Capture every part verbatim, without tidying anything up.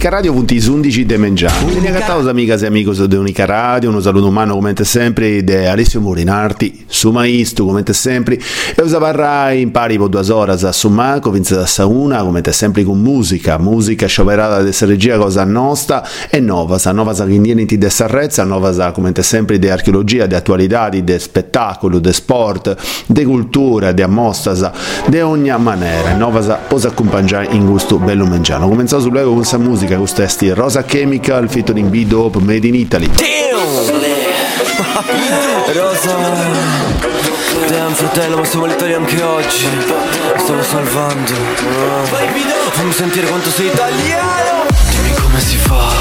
Unica Radio punti undici de Mengiano. Linea Cattausa, amigas e amigos de Unica Radio, un saluto umano come sempre de Alessio Murinarti, su Maistu come sempre, e usa parra in pari po' due ore a Summaco, vince da Sauna, come sempre con musica, musica scioperata de regia cosa nostra, e nova, sa nova sa indieniti de Sarrezza, nova sa come sempre de archeologia, de attualità, de spettacolo, de sport, de cultura, de ammostra, de ogni maniera, nova sa posa accompagnare in gusto bello mengiano. Cominciamo su con questa musica, con testi Rosa Chemical, featuring B-Dope, Made in Italy. Rosa, damn fratello, ma siamo letali anche oggi. Mi stavo salvando. Fammi sentire quanto sei italiano. Dimmi come si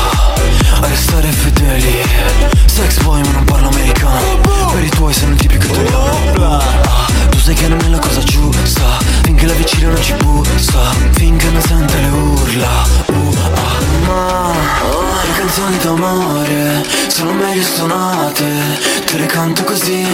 fa a restare fedeli. Sex boy ma non parlo americano. Per i tuoi sei un tipico italiano. Tu sai che non è la cosa giusta. Finché la vicina non ci bussa, finché non sente le urla. uh, ah, Ma le canzoni d'amore sono meglio suonate. Te le canto così.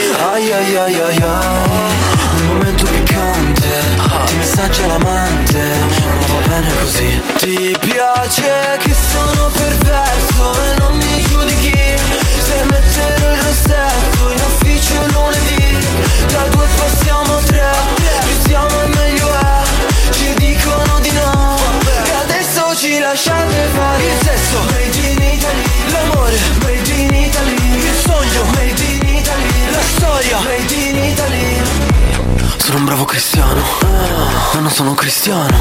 Ai ai ai ai ai. Nel momento piccante ti messaggia l'amante. Ma va bene così. Ti piace che sono perverso e non mi giudichi. Se mettere il rossetto in ufficio lunedì. Da due passiamo tre, restiamo al meglio è. Ci dicono di no e adesso ci lasciate fare. Il sesso made in Italy, l'amore made in Italy, il sogno made in Italy, la storia made in Italy. Sono un bravo cristiano, ma non sono cristiano.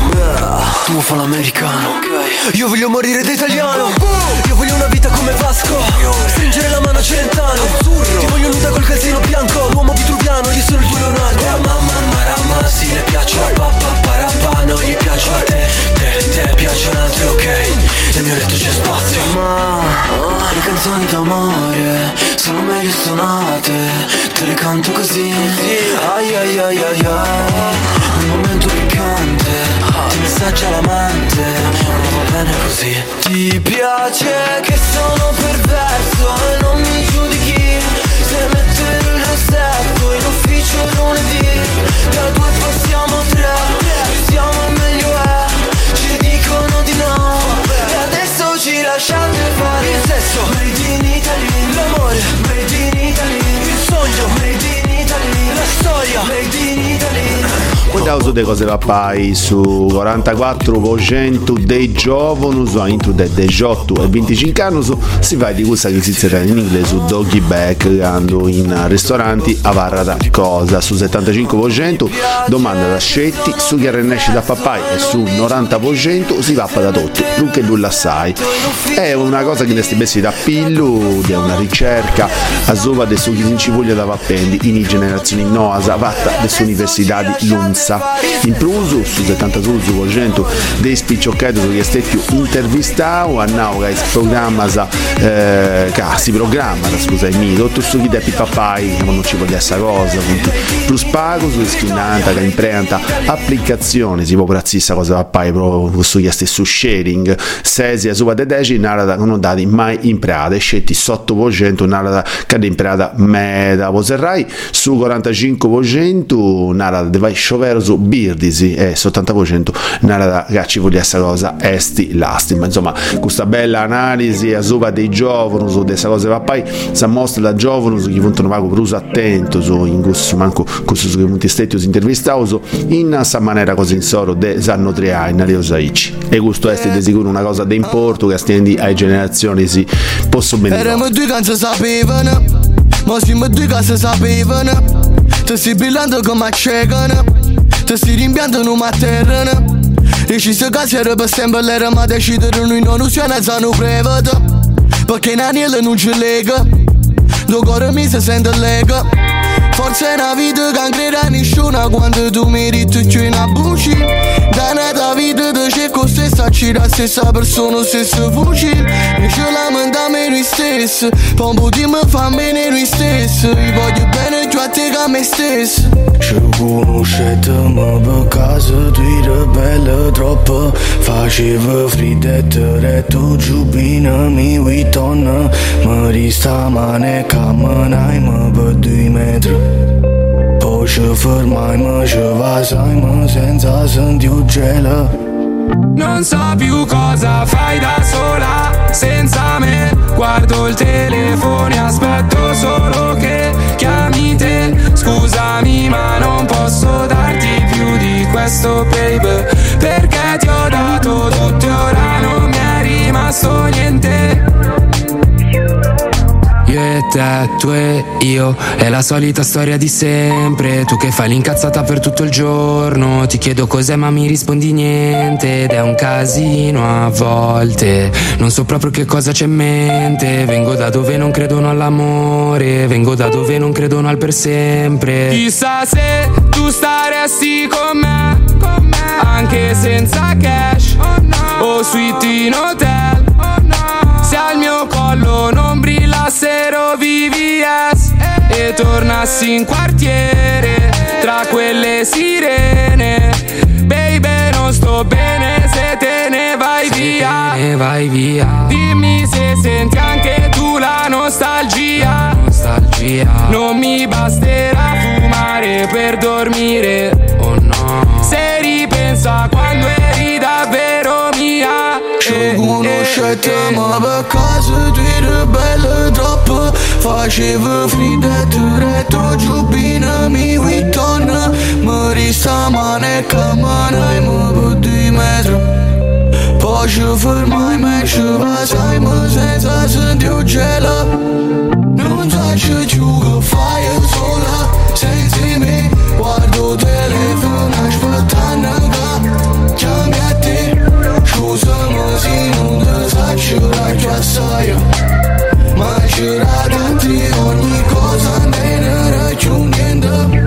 Tu mi fa l'americano. Io voglio morire da italiano. Io voglio una vita come Vasco, stringere la mano a Celentano. Ti voglio nuda col calzino bianco, l'uomo vitruviano, io sono il tuo Leonardo. Mamma marama, sì le piace la pappa parappa. Non gli piace a te, te, te piacciono altri, ok. Nel mio letto c'è spazio. Ma le canzoni d'amore sono meglio suonate. Te le canto così. Ai ai ai ai ai. Nel momento piccante ti messaggia l'amante. Ma va bene così. Ti piace che sono perverso e non mi giudichi. Se mettere il rossetto in ufficio lunedì. Da due passiamo tre, restiamo al meglio è. Ci dicono di no e adesso ci lasciate fare. Il sesso made in Italy, l'amore made in Italy, il sogno made in Italy, la storia made in Italy. Cuidado de cose papai su quarantaquattro per cento dei giovani su intro de diciotto e venticinque anni si fa di questa che si dice in inglese su doggy bag andando in ristoranti a varra da cosa. Su settantacinque per cento domanda da scetti su chi rennesce da papai e su novanta per cento si va da tutto dunque nulla assai. È una cosa che nesti bessi da pillu di una ricerca a sova de su chi si ci voglia da appendi in generazioni noasa fatta de università di Lunza. In plus su settantadue per cento dei spiccioccati che siete più intervistati hanno che programma eh, che si programma scusami tutto su chi depi papai non ci voglia essa cosa plus pago su schinanta che imprenta applicazioni si può prazzissa cosa papai proprio su chi su sharing se si suba de deci nada non dati mai impreate scetti sotto per cento nada che impreata meda poserrai su quarantacinque per cento nada deve sciogliere su Birdisi e ottanta per cento nada che ci voglia questa cosa esti lasti. Ma insomma questa bella analisi a sopra dei giovani su questa cosa va poi si mostra da giovani su chi vogliono vago per uso attento su in questo manco questo su che molti stati intervistati in questa maniera così in soro de sanno tre anni alle osaici e questo è di sicuro una cosa d'importo che stendi ai generazioni si possono benire. Erano due che non sapevano ma siamo due che si sapevano. Ti stai brillando come accecano. Ti stai rimpiando in una terra. Decise che c'era per sempre l'era ma decidere noi non usiamo a zano prevedo. Perché in anello non ci lega. Do cuore mi si sente lega. Forse è una vita che non crede a nessuno quando tu meriti più una buci. Da una vita ti cerco stessa, ci la stessa persona, stessa voce. E ce la mandiamo noi stessi, poi un po' di me fa bene noi stessi. Io voglio bene più a te che a me stesso. Ci conoscete ma per caso tu eri bella troppo. Faceva fridette tu giubina mi uitonna. Mi resta mane camminai per due metri. Poi ci fermai, ci vasai, senza sentire gelo. Non so più cosa fai da sola senza me. Guardo il telefono e aspetto solo che chiami te. Scusami ma non posso darti più di questo, baby, perché ti ho dato tutto e ora non mi è rimasto niente. Io e te, tu e io, è la solita storia di sempre. Tu che fai l'incazzata per tutto il giorno. Ti chiedo cos'è ma mi rispondi niente. Ed è un casino a volte. Non so proprio che cosa c'è in mente. Vengo da dove non credono all'amore. Vengo da dove non credono al per sempre. Chissà se tu staresti con me, con me. Anche senza cash, oh no. O suite in hotel, oh no. Se al mio collo non brillassero V V S e tornassi in quartiere tra quelle sirene. Baby non sto bene se te ne vai via. Te ne vai via. Dimmi se senti anche tu la nostalgia. Nostalgia. Non mi basterà fumare per dormire, oh no. Se ripensa quando eri davvero mia. Ci conoscettiamo per caso, tu eri bella troppo. Facevo freddo e tu retro giubbina mi ritorna. Mi resta male che me per due metri. Poi ci fermai me ci passai ma senza sentire gelo. Non so più che fai sola senza me. Guardo il telefono aspettando che chiami a te. Scusami se non ti saccio la chiassai, ma c'era da te ogni cosa me ne raggiunge niente.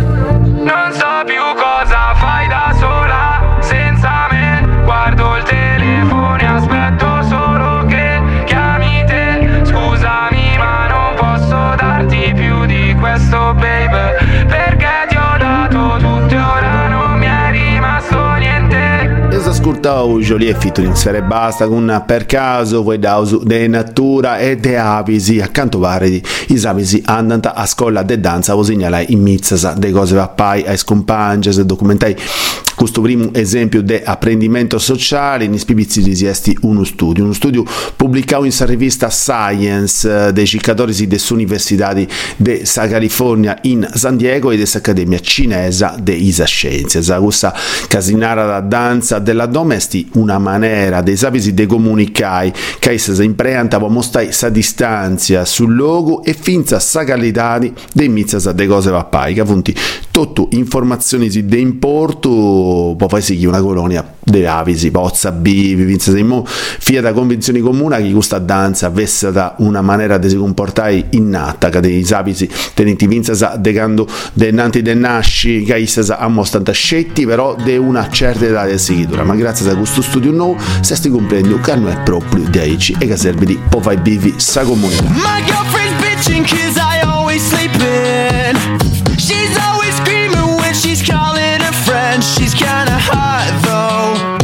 Non so più cosa fai da sola senza me. Guardo il telefono e aspetto solo che chiami te. Scusami ma non posso darti più di questo, baby, perché ti ho dato tutto e ora non mi è rimasto niente. Ascoltavo Jolie featuring Sfere Basta con Per caso voi dausu de natura e de avisi accanto vari i avisi andano a scuola de danza o segnalai in mizzasa de cose vappai ai scompanges documentai questo primo esempio di apprendimento sociale in spibizzi di uno studio uno studio pubblicato in rivista Science dei ricercatori dell'Università di California in San Diego e dell'Accademia Cinese de Isa Scienze. Questa casinara da danza della domesti una maniera dei sapisi de comunicare che si impreanta a mostrare sa distanza sul logo e finza sa qualità dei mizzasa de cose vappai che appunto tutto informazioni di importo poi poi si una colonia de avisi pozza bivi vinzaimo fia da convinzioni comune che questa danza avesse da una maniera di si comportare innata che dei avisi tenenti vinza decando denanti de nasci che issa a mostanta scetti però de una certa età di seguitura ma grazie a questo studio nuovo se sti comprendendo che non è proprio di aici e che serve di poi vai bivi sa comunità. My girlfriend's bitching cause I always sleep in. She's always screaming when she's calling her friends. She's kinda hot though.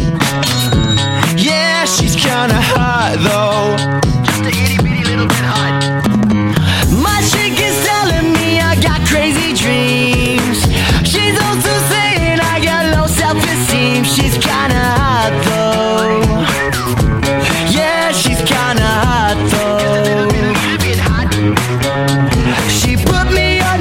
Yeah, she's kinda hot though. Just a itty bitty little bit hot. My chick is telling me I got crazy dreams. She's also saying I got low self-esteem. She's kinda hot though. Yeah, she's kinda hot though. She put me on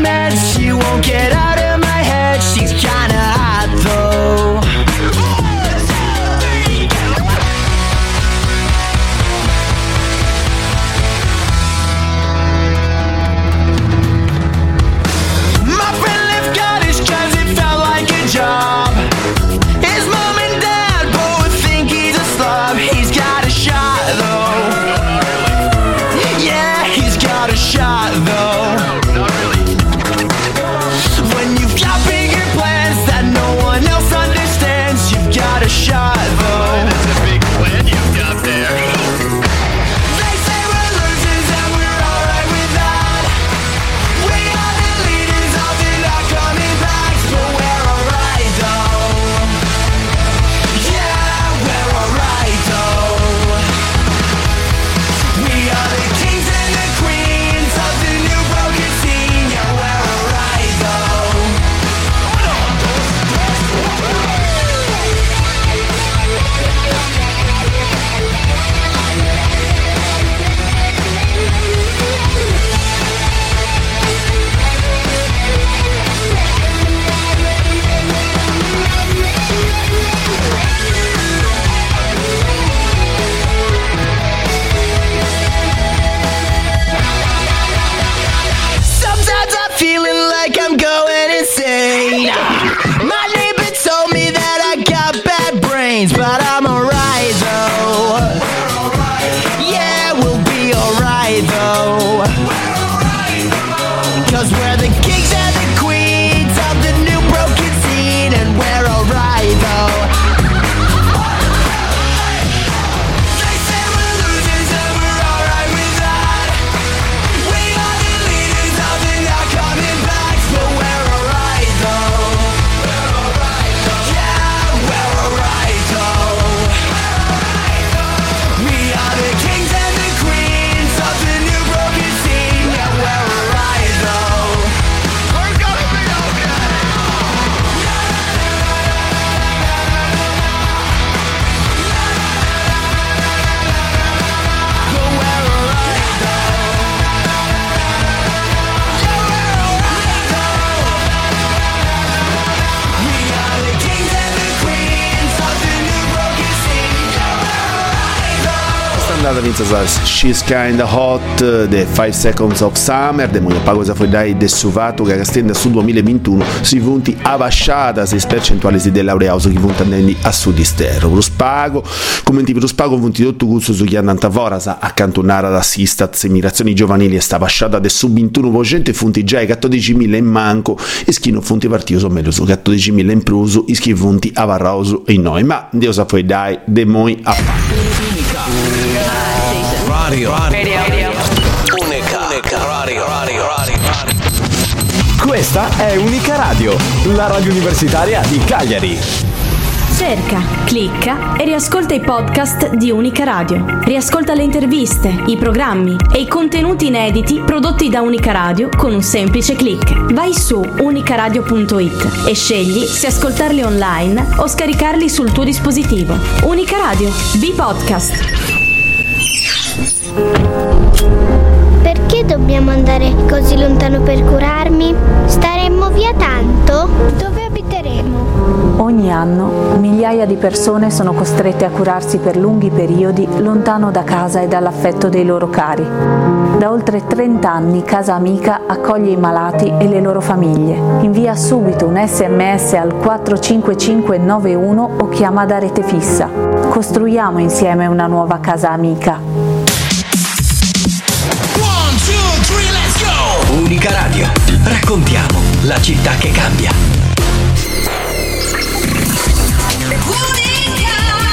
Cause we're the kings and the queens of the new broken scene, and we're alright though. They say we're losers and we're alright with that. We are the leaders of the now coming backs, but we're alright though. We're alright though. Yeah, we're alright though. We are the kings and the queens of the new broken scene, and we're alright though. We're gonna be okay. But we're alright though. Yeah, we're alright though. We are the kings and the queens of the new broken scene, yeah, we're alright though. Sta andata vinta She's Kinda Hot de five Seconds of Summer de mulher pagosa foi dai de suvato che stende su duemilaventuno si punti avasciata sei percentuali si dell'aureauso che punta andendi a sud estero lo spago commenti per lo spago punti tutto gusto su chi andanta fora sa accantonare da Sistat migrazioni giovanili e sta avasciata de sub ventuno per cento e funti già i quattordicimila in manco e schino funti partito sono meglio su quattordicimila in pruso e schi funti avarroso in noi ma Dio sa foi dai de moi a Radio. Radio. Unica. Unica. Radio. Radio. Radio. Questa è Unica Radio, la radio universitaria di Cagliari. Cerca, clicca e riascolta i podcast di Unica Radio. Riascolta le interviste, i programmi e i contenuti inediti prodotti da Unica Radio con un semplice click. Vai su unicaradio punto it e scegli se ascoltarli online o scaricarli sul tuo dispositivo. Unica Radio, B-Podcast. Perché dobbiamo andare così lontano per curarmi? Staremmo via tanto? Dove abiteremo? Ogni anno migliaia di persone sono costrette a curarsi per lunghi periodi lontano da casa e dall'affetto dei loro cari. Da oltre trenta anni Casa Amica accoglie i malati e le loro famiglie. Invia subito un sms al quattro cinque cinque nove uno o chiama da rete fissa. Costruiamo insieme una nuova Casa Amica. Unica Radio. Raccontiamo la città che cambia. Unica.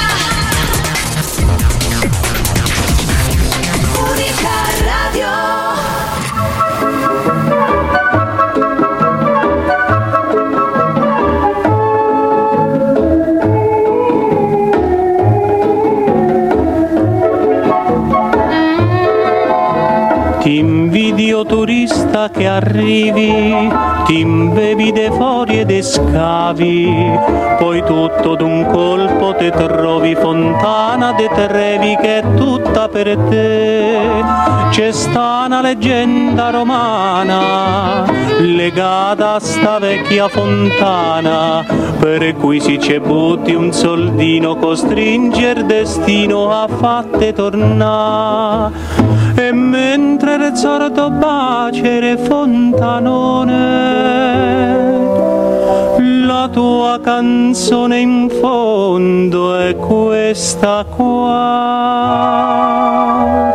Unica Radio. Ti invidio turista che arrivi, ti imbevi de fuori e de scavi, poi tutto d'un colpo te trovi fontana de Trevi che è tutta per te. C'è sta una leggenda romana legata a sta vecchia fontana, per cui si ci butti un soldino costringe il destino a fatte tornare. E mentre il sordo bacere fontanone, la tua canzone in fondo è questa qua.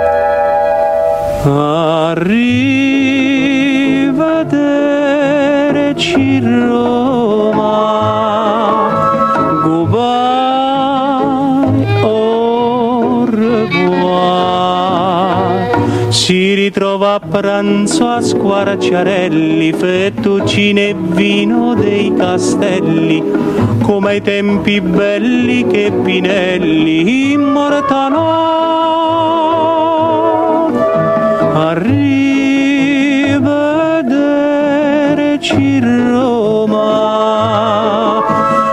Arrivederci Roma, goodbye, au revoir. Si ritrova a pranzo a Squarciarelli, fettuccine e vino dei castelli, come ai tempi belli che Pinelli immortalò. Arrivederci Roma,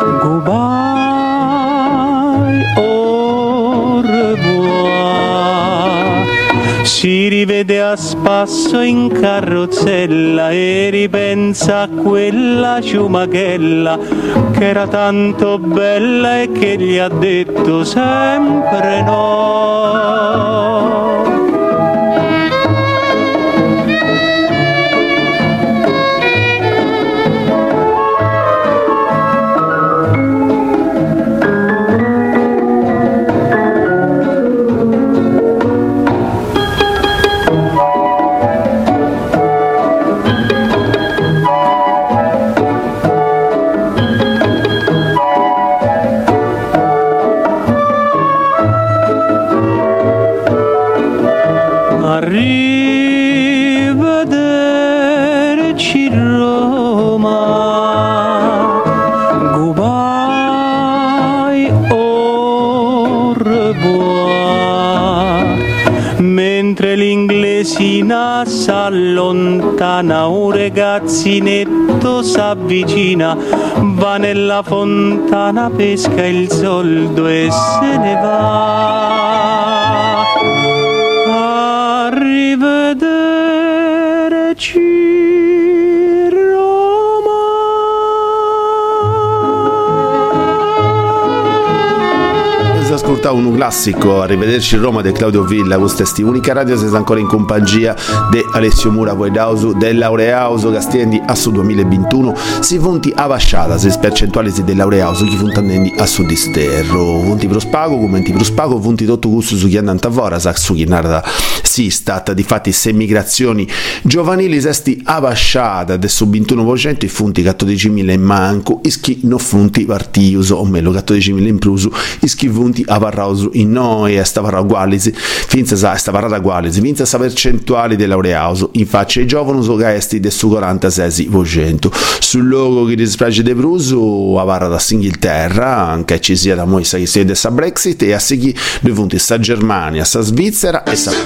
goodbye, au revoir. Si rivede a spasso in carrozzella e ripensa a quella ciumachella che era tanto bella e che gli ha detto sempre no. Arrivederci Roma, goodbye, au revoir. Mentre l'inglesina s'allontana, un ragazzinetto s'avvicina, va nella fontana, pesca il soldo e se ne va. Arrivederci ascoltavo un classico, Arrivederci Roma di Claudio Villa, questa è Unica Radio, siete ancora in compagnia di Alessio Mura, Voidausu, del Laureauso Gastiendi a su duemilaventuno, si funti a vasciata, se percentuali del Laureauso, chi funtandendi a su disterro, funti pro spago, commenti pro spago, funti tutto gusto su chi andante a vora, sa su chi narra si stat, di fatti se migrazioni giovanili sesti a vasciata, adesso ventuno per cento, i funti cattodicimila in manco, ischi no funti partiuso, o meglio cattodicimila in prusu, ischi funti a parrausu in noi e sta parra ugualisi finza sa sta parrata ugualisi finza sa percentuali del laureauso in faccia ai giovani so gaesti del su quarantasei per cento sul logo che dispiace de prusu a parra da Inghilterra anche ci sia da moi sa che sia de sa Brexit e a segui due punti sta Germania sta Svizzera e sa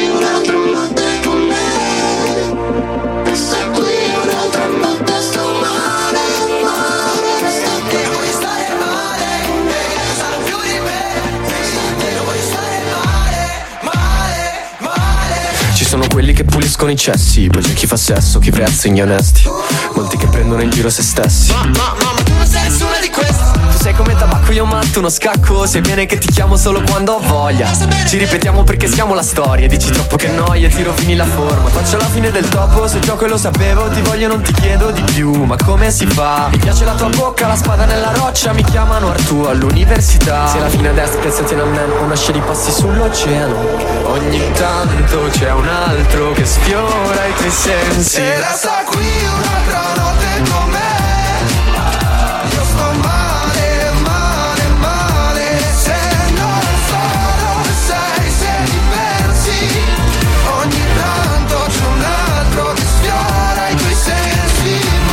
Sono quelli che puliscono i cessi, poi c'è chi fa sesso, chi prezza gli onesti, molti che prendono in giro se stessi. Ma, ma, ma, ma tu non sei nessuna di questi. Tu sei come tabacco, io matto uno scacco, sai bene che ti chiamo solo quando ho voglia. Ci ripetiamo perché siamo la storia, dici troppo che noia, ti rovini la forma. Faccio la fine del topo, se gioco e lo sapevo, ti voglio non ti chiedo di più, ma come si fa? Mi piace la tua bocca, la spada nella roccia, mi chiamano Artù all'università. Se la fine a destra, piazzati a me, una scia di passi sull'oceano. Ogni tanto c'è un altro che sfiora i tuoi sensi. E resta qui un'altra notte con me. Io sto male, male, male. Se non so dove sei, se mi persi. Ogni tanto c'è un altro che sfiora i tuoi sensi.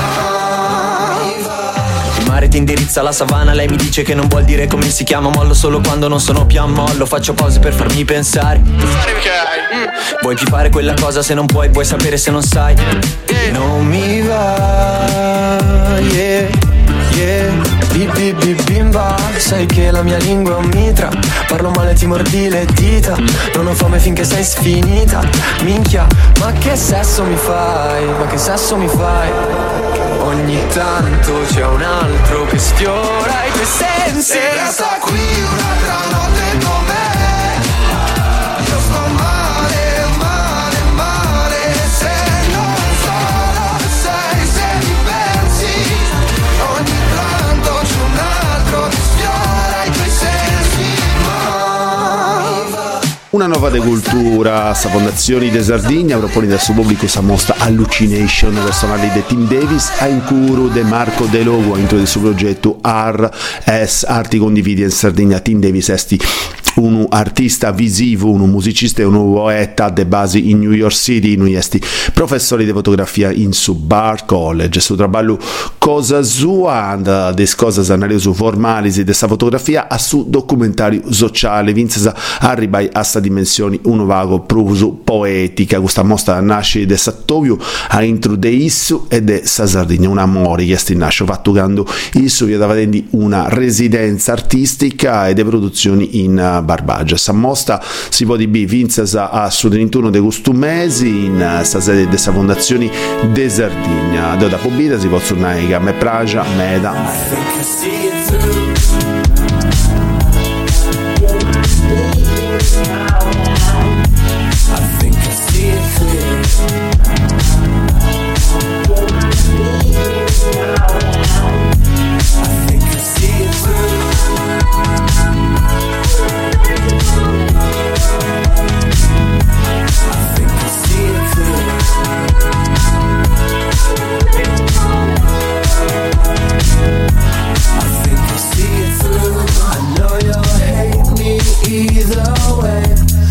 Il mare ti indirizza alla savana, lei mi dice che non vuol dire come si chiama. Mollo solo quando non sono più a mollo, faccio pause per farmi pensare. Vuoi più fare quella cosa se non puoi, vuoi sapere se non sai. Non mi va, yeah, yeah. Bibi bi, bimba, sai che la mia lingua è un mitra. Parlo male, ti mordi le dita. Non ho fame finché sei sfinita. Minchia, ma che sesso mi fai, ma che sesso mi fai. Ogni tanto c'è un altro che sfiora i tuoi sensi. E resta qui un'altra notte con me. Io sto male, male, male. Se non so dove sei, se mi pensi. Ogni tanto c'è un altro che sfiora i tuoi sensi. Una nuova de cultura, sa fondazioni de Sardegna propone dal suo pubblico sa mostra Hallucination personali de Tim Davis a incuru de Marco De Logo entro del suo progetto R S Arti Condividi in Sardegna. Tim Davis esti un artista visivo, un musicista e un poeta de basi in New York City, noi esti professori di fotografia in su Bard College. Su traballo cosa sua de cose analisi formali di questa fotografia a su documentario sociale vinza arriva a sta dimensioni un vago pruso poetica. Questa mostra nasce de Sattovio a intro de Issu e de sa Sardegna, un amore che sti nasce fattugando Issu via davanti una residenza artistica e de produzioni in Barbagia. Sa mostra si può di B vinza a su trentuno de questo mese in sa sede de sa fondazioni de Sardegna. Da Pobida si può tornare a me Pragia, Meda. Either way,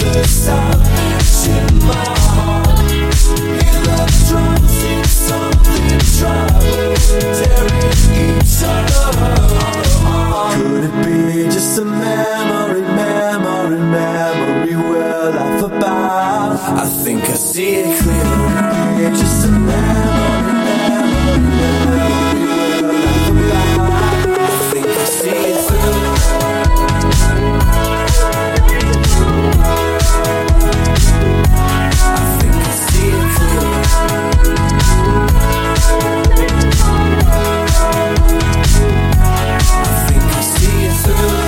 the silence in my heart. Hear the drums sing something trouble, tearing each other apart. Could it be just a memory, memory, memory we'll laugh about? I think I see it clearly. Just a memory, memory, memory we'll laugh about. I think I see it through. I think I see it clearly. I think I see it through.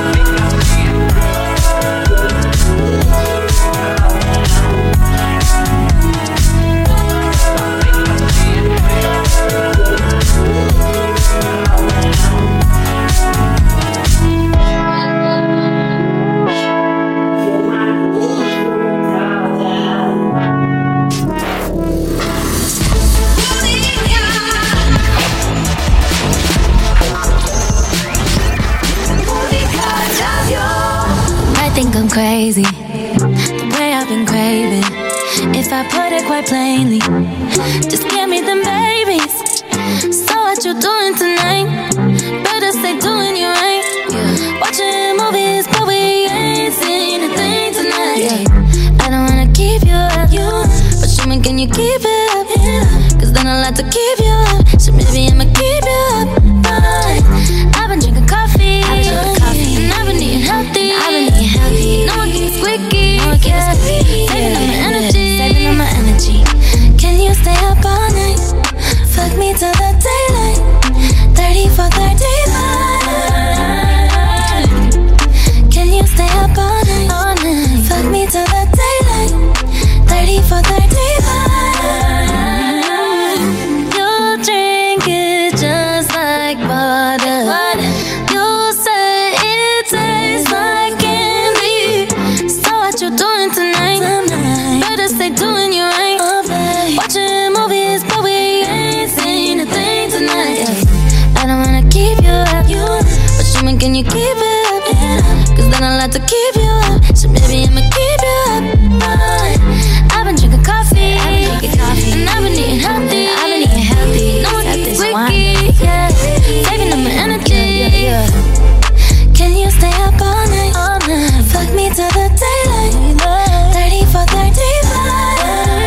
I think I'm crazy, the way I've been craving. If I put it quite plainly, just give me them babies. So what you doing tonight? Better stay doing you right. Watching movies, but we ain't seen a thing tonight. I don't wanna keep you up, but show me, can you keep it up? Cause then I'll have to keep you up. So maybe I'ma keep you up. Fine. I've been drinking coffee, I've been drinking coffee, and I've been eating healthy. I've been eating healthy. No one keeps squeaky, no one keeps squeaky. Saving up my energy, saving up my energy. Can you stay up all night? Fuck me till the daylight. Thirty for thirty-five. Can you stay up all night? All night. Fuck me till the daylight. Thirty for thirty-five. You drink it just like water. You say it tastes like candy. So what you doing tonight? Better stay doing you right. Watching movies, but we ain't seen a thing tonight. I don't wanna keep you up, but show me, can you keep it up? Cause then I'll have to keep you up. So maybe I'ma keep you up. I've been drinking coffee, I've been drinking coffee, and I've been eating healthy. I've been eating healthy. No one keeps squeaky, yeah. Saving up my energy, yeah, yeah. Can you stay up all night? All night. Fuck me till the daylight. Thirty for thirty-five.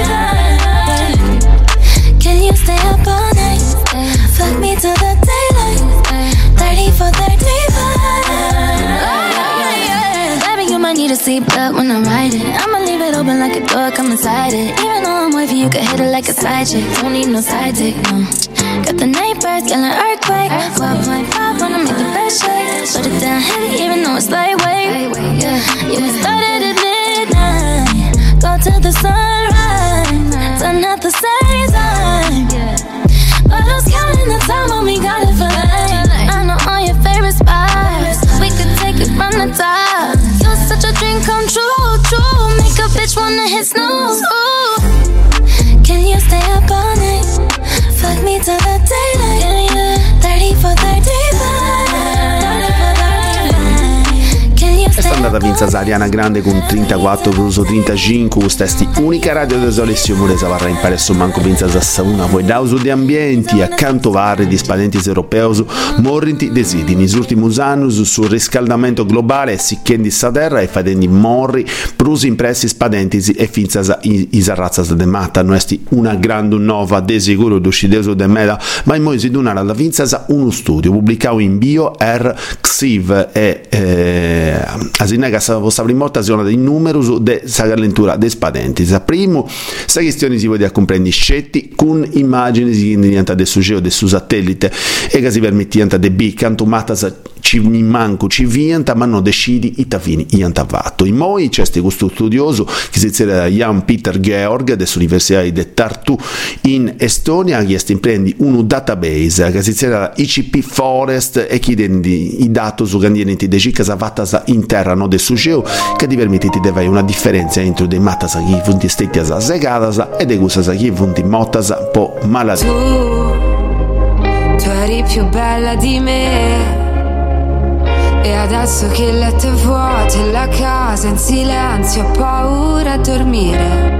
Can you stay up all night? Fuck me till the daylight. Thirty for thirty-five. Baby, you might need a seatbelt when I'm riding. I'ma leave it open like a door, come inside it. Even though I'm wavy, you can hit it like a side chick. Don't need no side dick, no. Got the neighbors, got an earthquake. twelve point five wanna make the best shake. Put it down heavy, even though it's lightweight. Yeah, yeah, we started at midnight. Go to the sunrise. Done at the same time. But I was counting the time when we got it for life. I know all your favorite spots. We could take it from the top. You're such a dream come true, true. Make a bitch wanna hit snooze. Ooh. Can you stay up all night? Fuck me till the daylight. Thirty for thirty-five. È andata a vincere Ariana Grande con trentaquattro verso trentacinque. Stesti unica radio de Solessio Muresa varrà impare su manco vincere a una voi dauso di ambienti accanto vari di spadenti europei morrinti desidi negli ultimi anni sul riscaldamento globale si chendi sa terra e fadendi morri prusi impressi spadenti e finza isa razza de matta nuesti una grande nova de sicuro d'uscideso de meda ma in moisi d'una alla vinza uno studio pubblicato in bio er xiv e eh, asinna che sa vostra prima occasione di numeroso de sagalentura de spadenti sa primo sa questioni si vede a comprendi scetti con immagini si indianta de sugeo de su satellite e che si permettianta de bi canto matta ci manco ci vienta ma non decidi i tafini ianta vatto in moi c'è questo studioso che si chiama Jan Peter Georg dell'Università di Tartu in Estonia che imprendi un database che si chiama I C P Forest e che i dati su candienti de cicasa vattasa in terra no de sugeo che ti permette di avere una differenza entro dei mattasa che funti stettiasa segatasa e de gusasa che funti mottasa po' maladia. Tu, tu eri più bella di me. E adesso che il letto è vuoto e la casa in silenzio, ho paura a dormire.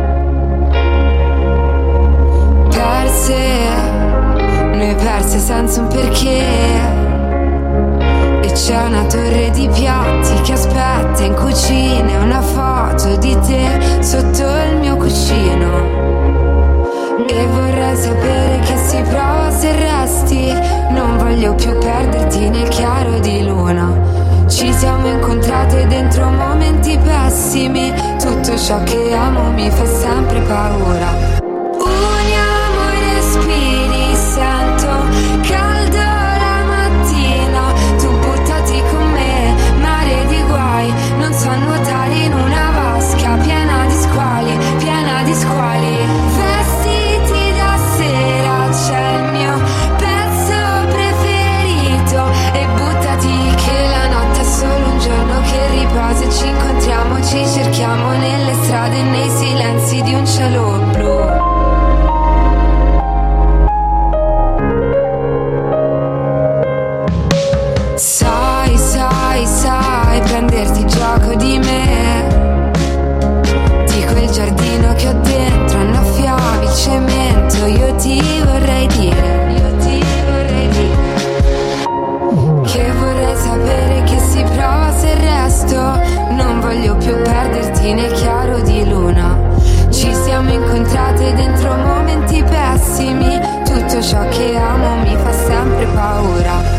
Perse, noi perse senza un perché. E c'è una torre di piatti che aspetta in cucina e una foto di te sotto il mio cuscino. E vorrei sapere che si prova se resti. Non voglio più perderti nel chiaro di luna. Ci siamo incontrate dentro momenti pessimi. Tutto ciò che amo mi fa sempre paura. Uniamo i respiri, sento caldo la mattina. Tu buttati con me, mare di guai. Non so nuotare in una vasca piena di squali, piena di squali. Vestiti da sera, c'è il mio pezzo preferito. E buttati che la notte è solo un giorno che riposa. E ci incontriamo, ci cerchiamo nelle strade e nei silenzi di un cielo blu. Sai, sai, sai prenderti gioco di me, di quel giardino che ho dentro annaffiavi il cemento. Io ti vorrei dire, io ti vorrei dire che vorrei sapere che si prova se resto. Non voglio più perderti nel chiaro di luna. Ci siamo incontrate dentro momenti pessimi. Tutto ciò che amo mi fa sempre paura.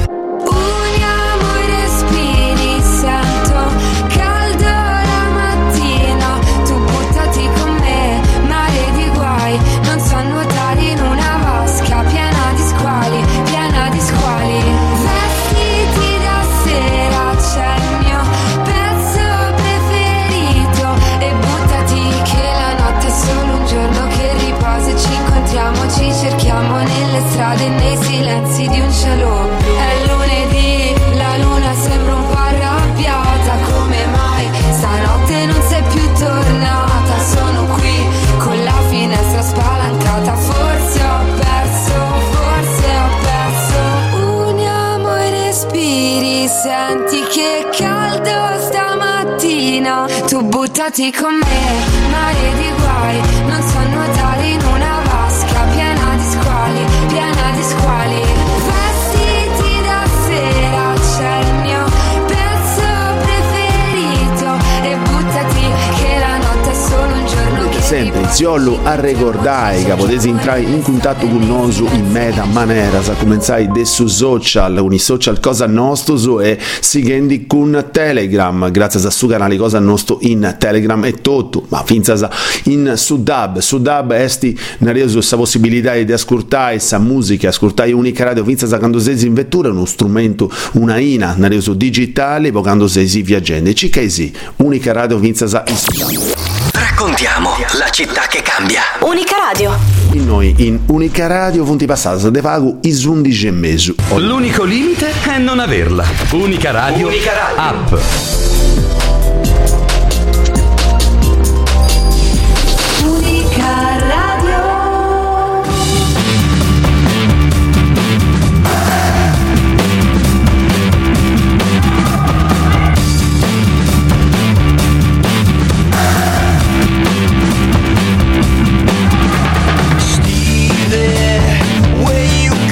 Ci cerchiamo nelle strade e nei silenzi di un cielo blu. È lunedì, la luna sembra un po' arrabbiata. Come mai stanotte non sei più tornata? Sono qui con la finestra spalancata. Forse ho perso, forse ho perso. Uniamo i respiri, senti che caldo stamattina. Tu buttati con me, mare di guai. Non so nuotare in una vasca piena di squali, piena di squali. Vestiti da sera, c'è il mio pezzo preferito. E buttati che la notte è solo un giorno che sempre Ziollu a ricordare che potete entrare in contatto con noi in meta maniera a cominciare dai su social, con i social cosa nostro e seguendo con Telegram, grazie a su canale cosa nostro in Telegram e tutto, ma finza in Sudab, Sudab esti ne reso questa possibilità di ascoltare questa musica, ascoltare Unica Radio finza sa quando sei in vettura, uno strumento, una ina, ne reso digitale, poi quando sei viaggiando, e cica sì, Unica Radio finza sa in Sudab. Raccontiamo la città che cambia. Unica Radio. In noi in Unica Radio punti passati de pago is undici e mezzo. L'unico limite è non averla. Unica Radio, Unica Radio. App. Unica Radio.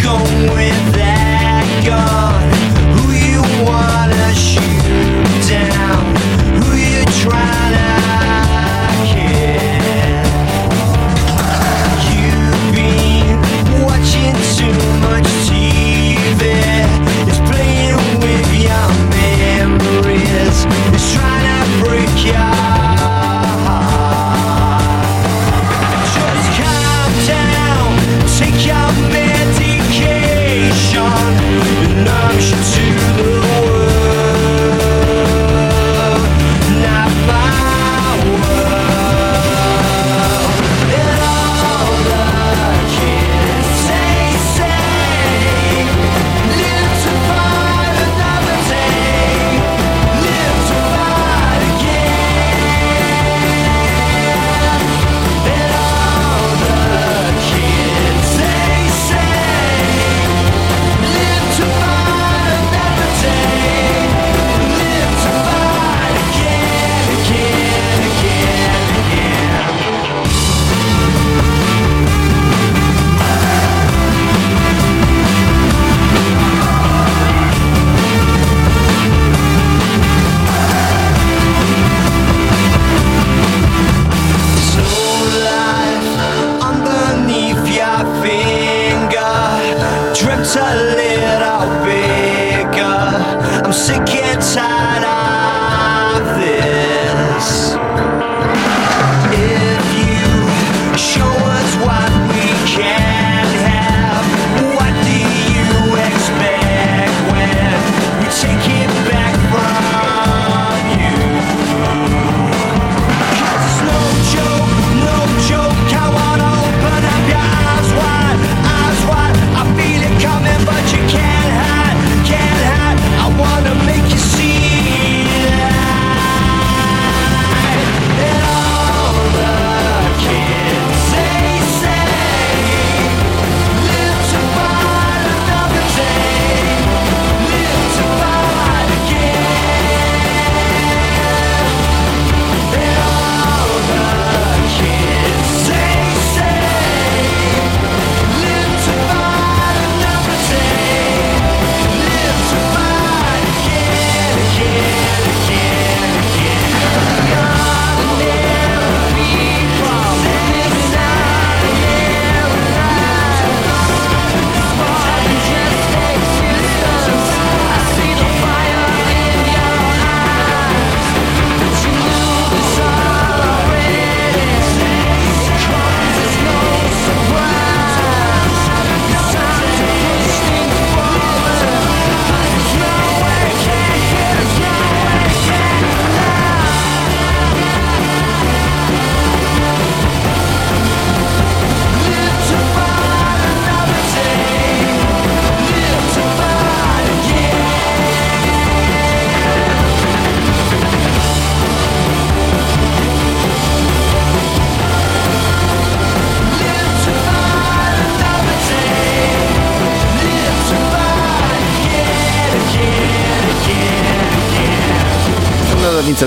With that gun, who you wanna shoot down?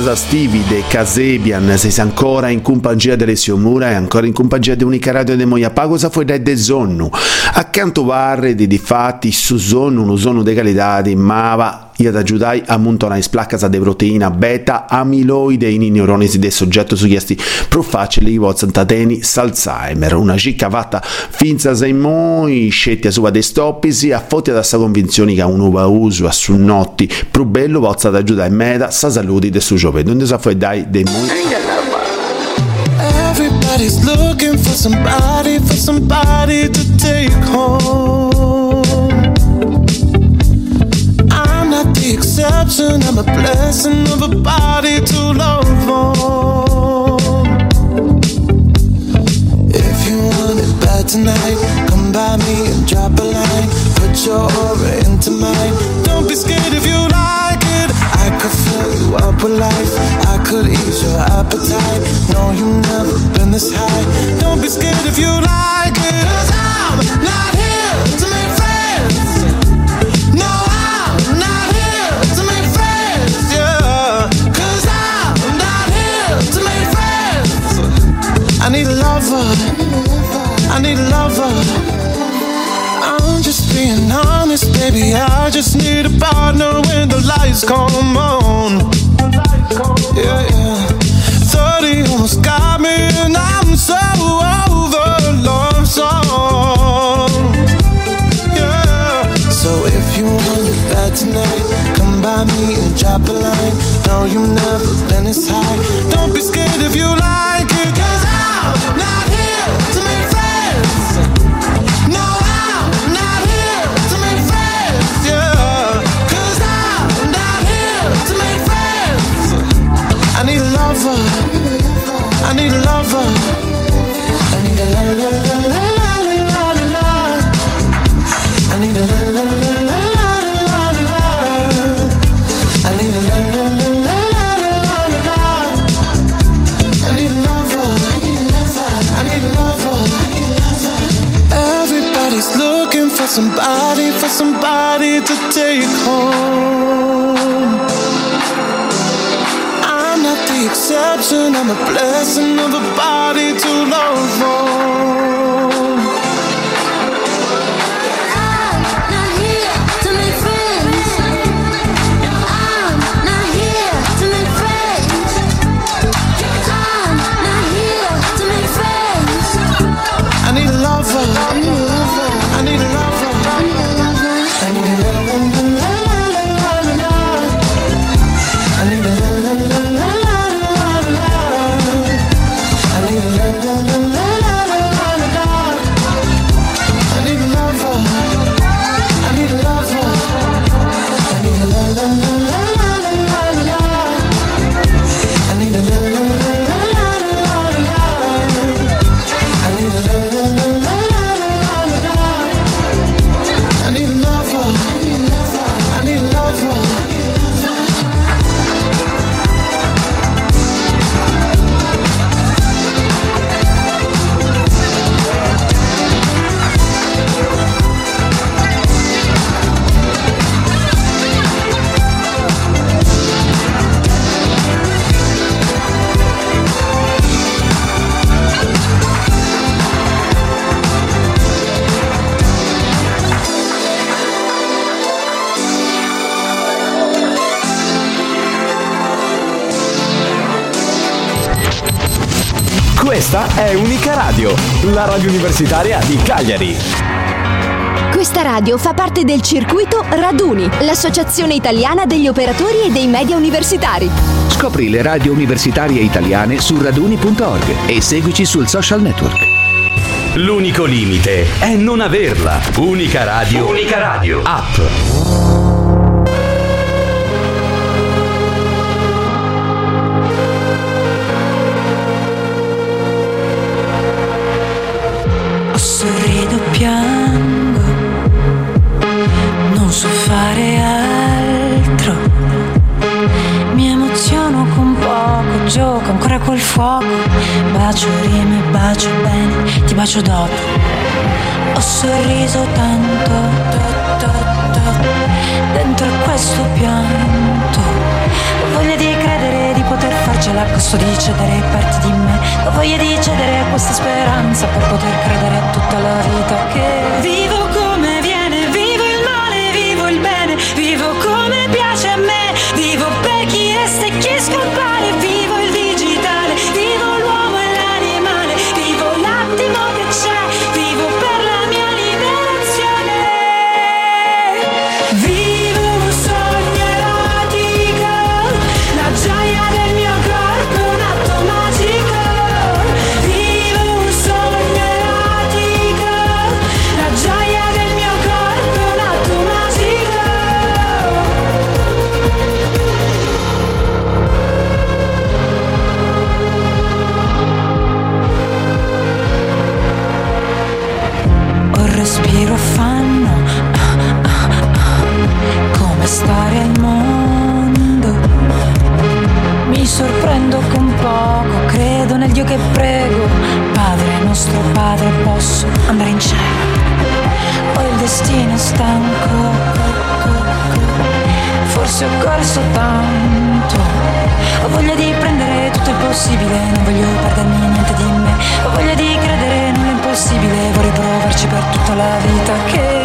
casa Stevie de Casebian, sei ancora in compagnia delle Siomura e ancora in compagnia di Unica Radio de Moia Pagosa fuori dai de sonno. Accanto varre di difatti su sonno, uno sonno de qualità, ma va io da giudai ammontona in splaccasa de proteina beta amiloide in neuroni del soggetto su chiesti pro facili i vozantateni s'Alzheimer, una cicca fatta finza sei moi scetti a sua de stoppisi a fotti da sta convinzione che uno va uso a su notti pro bello vozza da giudai meda sa saluti de su giovane non sa fuori dai dei moi. Everybody's looking for somebody, for somebody to take home. I'm not the exception, I'm a blessing of a body to love on. If you want it bad tonight, come by me and drop a line. Put your aura into mine. Don't be scared if you like it. I could fill you up with life. I could ease your appetite. No, you've never been this high. Don't be scared if you like it. 'Cause I'm not here to make friends. No, I'm not here to make friends, yeah. 'Cause I'm not here to make friends. I need a lover. I need a lover. I'm just being honest, baby. I just need a partner when the lights come on. Yeah, yeah. thirty almost got me, and I'm so over love song. Yeah. So if you want it bad tonight, come by me and drop a line. No, you've never been this high. Don't be scared if you like it, 'cause I'm not here to make friends. No, I'm not here to make friends, yeah. 'Cause I'm not here to make friends. I need a lover. I need a lover. I need a la la la la la la la la. I need a la la la la la la la. I need a la la la la la la la. I need a lover. I need a lover. Everybody's looking for somebody, for somebody to take home. I'm not the exception, I'm a blessing of a body to love on. I'm not here to make friends. I'm not here to make friends. I'm not here to make friends. I need a lover. I need a lover. I need a lover. I need a lover. I need a la la la la la la. I need a la la la la la la. I need a la la la la la la. I need a lover. I need a lover. I need a la la la la la la. I need a la la la la la la. I need a la la la la la la. I need a lover. I need a lover. Questa è Unica Radio, la radio universitaria di Cagliari. Questa radio fa parte del circuito Raduni, l'associazione italiana degli operatori e dei media universitari. Scopri le radio universitarie italiane su raduni punto org e seguici sul social network. L'unico limite è non averla. Unica Radio. Unica Radio. App. Sorrido, piango, non so fare altro. Mi emoziono con poco, gioco ancora col fuoco. Bacio rime, bacio bene, ti bacio dopo. Ho sorriso tanto, to, to, to. dentro questo pianto. Ho voglia di credere di poter farcela a costo di cedere parti di me. Ho voglia di cedere a questa speranza per poter credere a tutta la vita che vivo come viene, vivo il male, vivo il bene, vivo come piace a me, vivo per chi resta e chi scompare, vivo il digitale, vivo l'uomo e l'animale, vivo l'attimo che c'è, vivo per la mia liberazione. Vivo un sogno erotico, la gioia del mio corpo è un atto magico. Vivo un sogno erotico, la gioia del mio corpo è un atto magico. Un respiro fanno ah, ah, ah, come stare al mondo. Mi sorprendo con poco, credo nel Dio che prego. Padre nostro Padre, posso andare in cielo. Ho il destino stanco, forse ho corso tanto. Ho voglia di prendere tutto il possibile, non voglio perdermi niente di me. Ho voglia di credere nulla è impossibile, vorrei provarci per tutta la vita che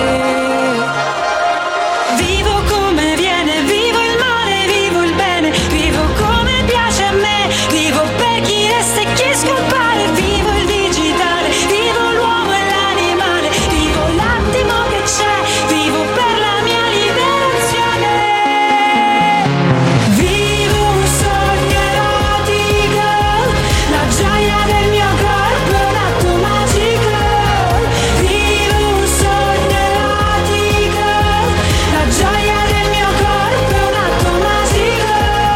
vivo come viene, vivo il male, vivo il bene, vivo come piace a me, vivo per chi resta e chi scompare, vivo il digitale, vivo l'uomo e l'animale, vivo l'attimo che c'è, vivo per la mia liberazione. Vivo un sogno erotico, la gioia del mio corpo è un atto magico. Vivo un sogno erotico, la gioia del mio corpo è un atto magico.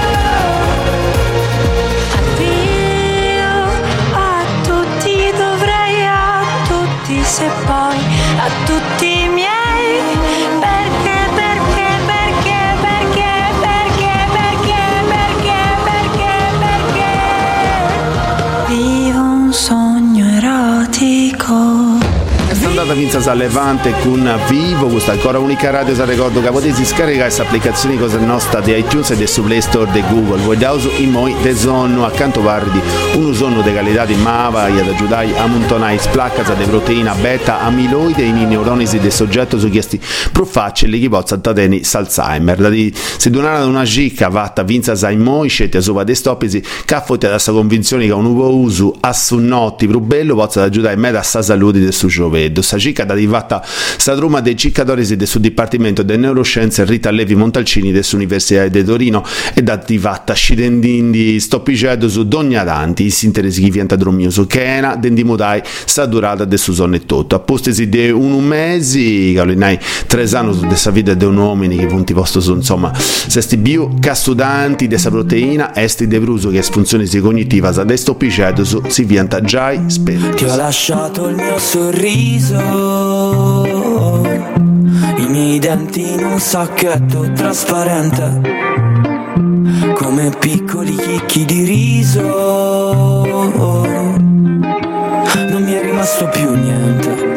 Addio a tutti, dovrei a tutti, se poi a tutti i miei. Perché, perché, perché, perché, perché, perché, perché, perché, perché vivo un sogno erotico. È andata Vinza Salevante con Vivo, questa ancora unica radio, se ricordo che potete scaricare questa applicazione cosa nostra di iTunes e del su Play Store di Google. Vogliamo in noi de sonno accanto parli un sonno di qualità di mava e ad aiutare a montonare splaccasa di proteina beta amiloide in neuronisi del soggetto su questi profacili che possono tateni s'Alzheimer. Da di si donare una gicca fatta Vinza sai moi scelte sopra dei stopisi che affotte da questa convinzione che un nuovo uso a sunnotti più bello possa aiutare me da sta salute del suo gioveddo. Sta cicca da divata sta truma dei ciccatori del suo dipartimento delle neuroscienze Rita Levi Montalcini dell'Università di Torino e da divata scendindi stoppicedo su Dognadanti si interesi chi vienta dromioso che era dendimudai sta durata del suo sonne tutto appostesi di un mesi calinai tre anni su questa vita di un uomini che punti posto su insomma sesti più che studanti dessa proteina esti de bruso che funzioni cognitiva sa de stoppicedo su si vienta già spero ti ho lasciato il mio sorriso, i miei denti in un sacchetto trasparente, come piccoli chicchi di riso. Non mi è rimasto più niente.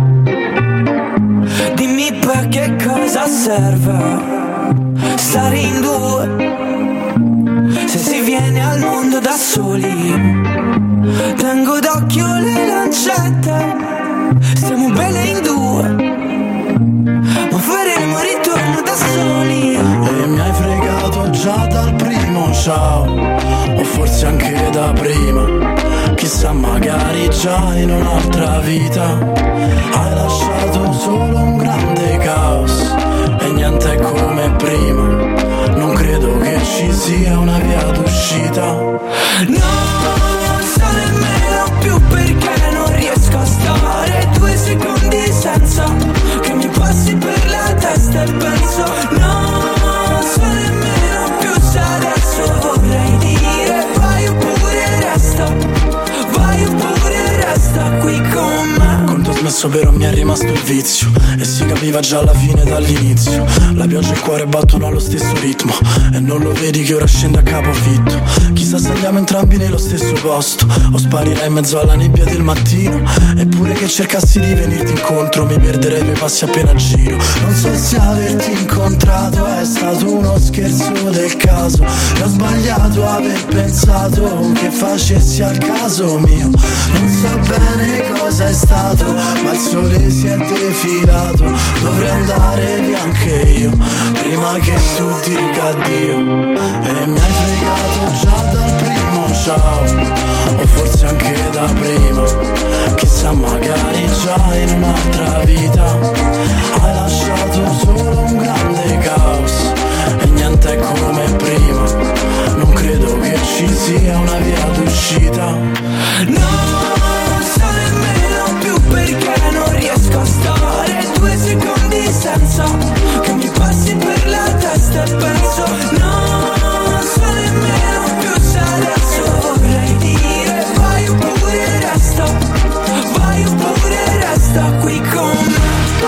Dimmi per che cosa serve stare in due, se si viene al mondo da soli. Tengo d'occhio le lancette, stiamo bene in due, ma faremo ritorno da soli. E mi hai fregato già dal primo ciao, o forse anche da prima, chissà magari già in un'altra vita. Hai lasciato solo un grande caos e niente è come prima. Non credo che ci sia una via d'uscita. Non so nemmeno più perché non riesco a stare due secondi senza che mi passi per la testa e penso. Non so nemmeno più se adesso vorrei dire vai oppure resta, vai oppure resta qui con me. Quanto mi smesso però mi è rimasto il vizio, e si capiva già alla fine dall'inizio. La pioggia e il cuore battono allo stesso ritmo, e non lo vedi che ora scende a capofitto. Chissà se andiamo entrambi nello stesso posto, o sparirei in mezzo alla nebbia del mattino. Eppure che cercassi di venirti incontro, mi perderei due passi appena giro. Non so se averti incontrato è stato uno scherzo del caso, e ho sbagliato aver pensato che facessi al caso mio. Non so bene cosa è stato, ma il sole si è defilato. Dovrei andare via anche io, prima che tu dica addio. E mi hai fregato già dal primo ciao, o forse anche da prima. Chissà, magari già in un'altra vita hai lasciato solo un grande caos, e niente è come prima. Non credo che ci sia una via d'uscita. No, perché non riesco a stare due secondi senza che mi passi per la testa e penso no, non so nemmeno più se adesso vorrei dire vai oppure resta, vai oppure resta qui con me.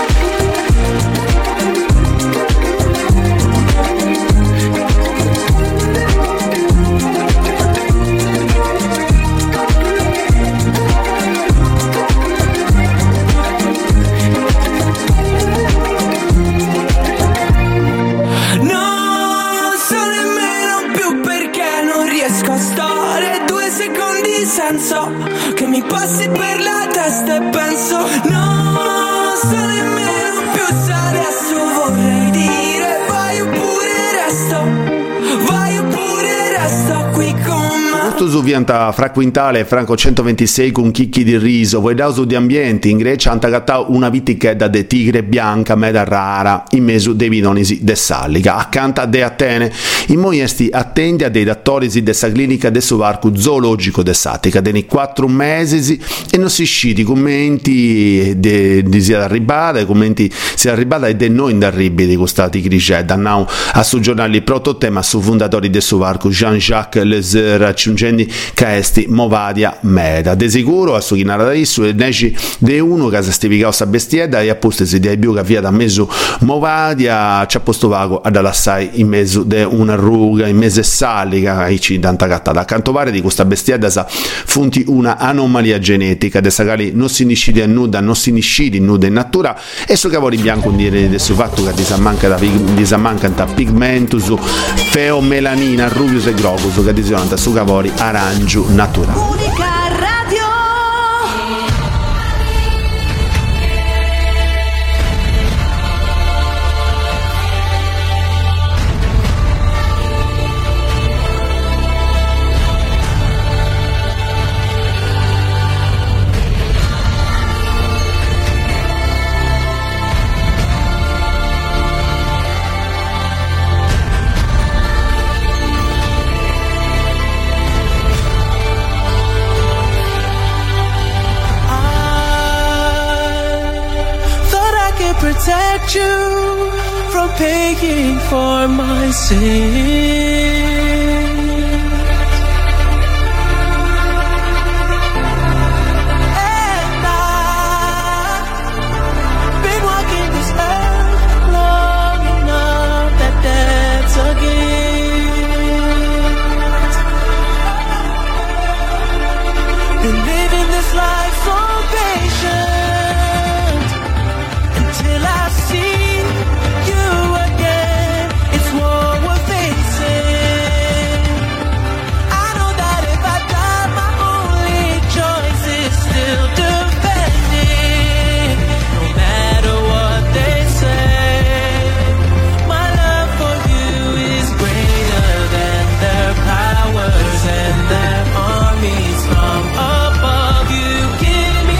Senza che mi passi per la testa e penso no, so nemmeno più se adesso vorrei dire vai oppure resta, vai oppure resta qui con me. Molto su vianta fra quintale Franco centoventisei con chicchi di riso, voi dauso di ambienti in Grecia hanno cattato una vitichedda de tigre bianca meda rara in mezzo dei bidonisi de Sallica, accanto a de Atene in moiesti attenti a dei dattorisi de sa clinica de suo zoologico de Satica dei quattro mesi e non si sciti commenti di de, sia arrivata, commenti sia arrivata e de noi in arribi di questa tigricedda now a su giornali prototema su fondatori de suo Jean-Jacques Lezer aggiungendi caesti Movadia Meda de sicuro a su chinara da issu e neci de uno che si stificava sta bestiedda e appostesi di più che via da mezzo Movadia ci ha posto vago ad allassai in mezzo de una ruga in mezzo Sallica e ci tanta cattata accanto pare di questa bestiedda sa funti una anomalia genetica de sagali non si niscidi a nuda non si niscidi nuda in natura e su cavoli bianco dire del suo fatto che disammanca da disammanca da pigmentus feomelanina rubius e grocus che disionanta su cavoli arancio naturale. Unica Radio. Protect you from paying for my sins. And I've been walking this earth long enough that that's a gift. Been living this life so patient till I see you again. It's what we're facing. I know that if I die, my only choice is still defending. No matter what they say, my love for you is greater than their powers and their armies from above. You give me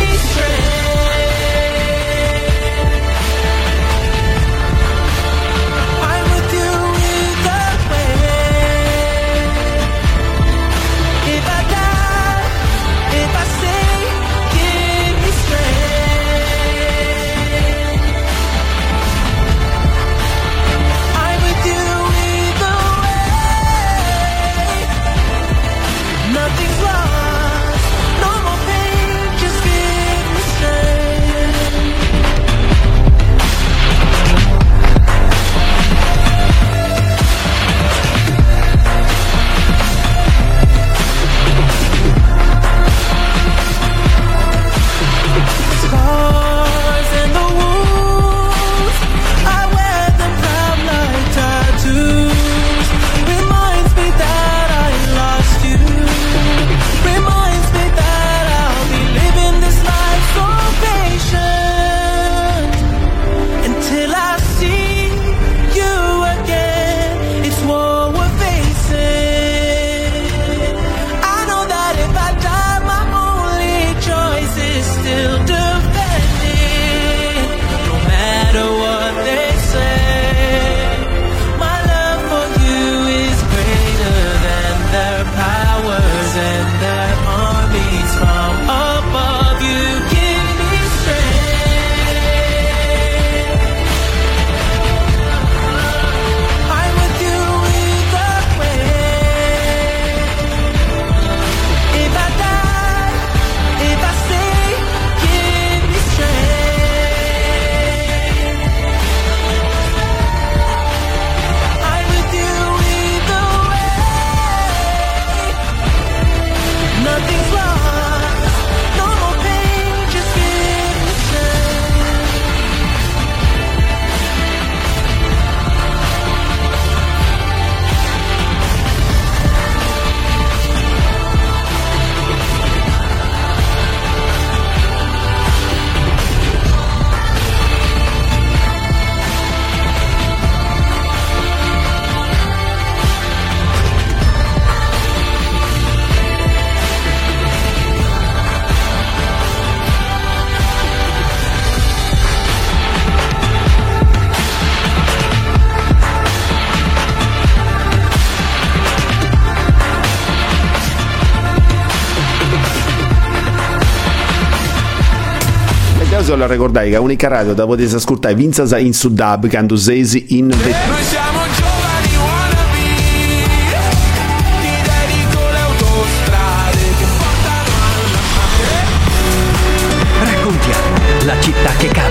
solo a ricordare che a Unica Radio da potete ascoltare Vinza in Sudab quando sei in Noi siamo giovani wannabe, ti dedico le autostrade che portano alla mare. Raccontiamo la città che cambia.